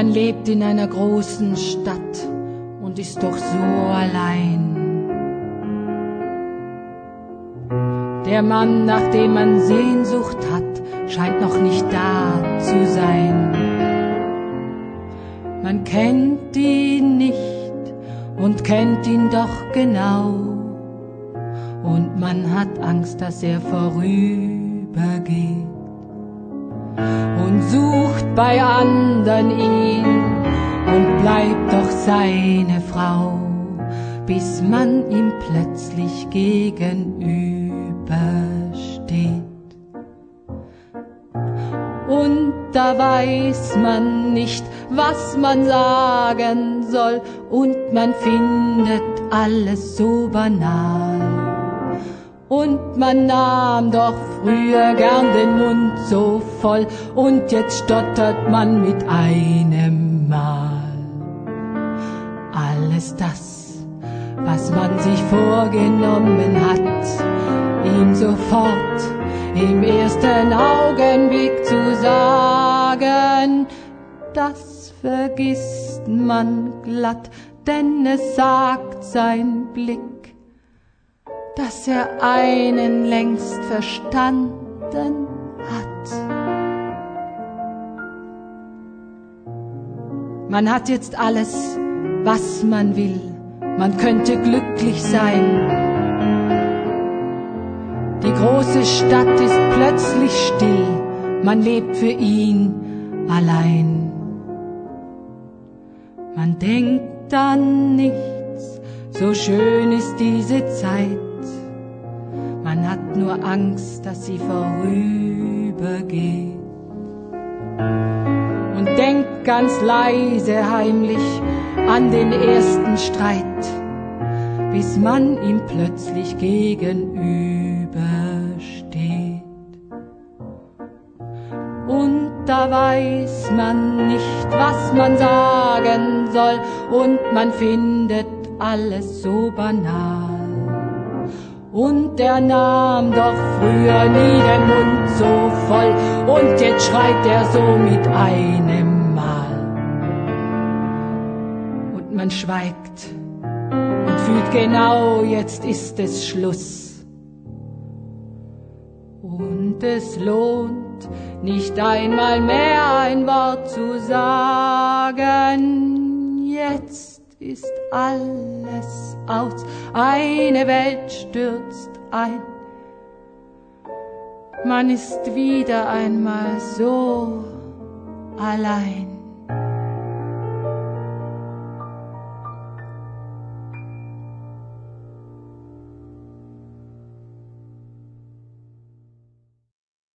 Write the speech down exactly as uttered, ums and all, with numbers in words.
Man lebt in einer großen Stadt und ist doch so allein. Der Mann, nach dem man Sehnsucht hat, scheint noch nicht da zu sein. Man kennt ihn nicht und kennt ihn doch genau. Und man hat Angst, dass er vorübergeht. Und sucht bei anderen ihn und bleibt doch seine Frau, bis man ihm plötzlich gegenübersteht. Und da weiß man nicht, was man sagen soll, und man findet alles so banal. Und man nahm doch früher gern den Mund so voll, und jetzt stottert man mit einem Mal. Alles das, was man sich vorgenommen hat, ihm sofort im ersten Augenblick zu sagen, das vergisst man glatt, denn es sagt sein Blick, dass er einen längst verstanden hat. Man hat jetzt alles, was man will, man könnte glücklich sein. Die große Stadt ist plötzlich still, man lebt für ihn allein. Man denkt an nichts, so schön ist diese Zeit. Man hat nur Angst, dass sie vorübergeht. Und denkt ganz leise heimlich an den ersten Streit, bis man ihm plötzlich gegenübersteht. Und da weiß man nicht, was man sagen soll, und man findet alles so banal. Und er nahm doch früher nie den Mund so voll, und jetzt schreit er so mit einem Mal. Und man schweigt und fühlt genau, jetzt ist es Schluss. Und es lohnt nicht einmal mehr ein Wort zu sagen, jetzt ist alles aus, eine Welt stürzt ein. Man ist wieder einmal so allein.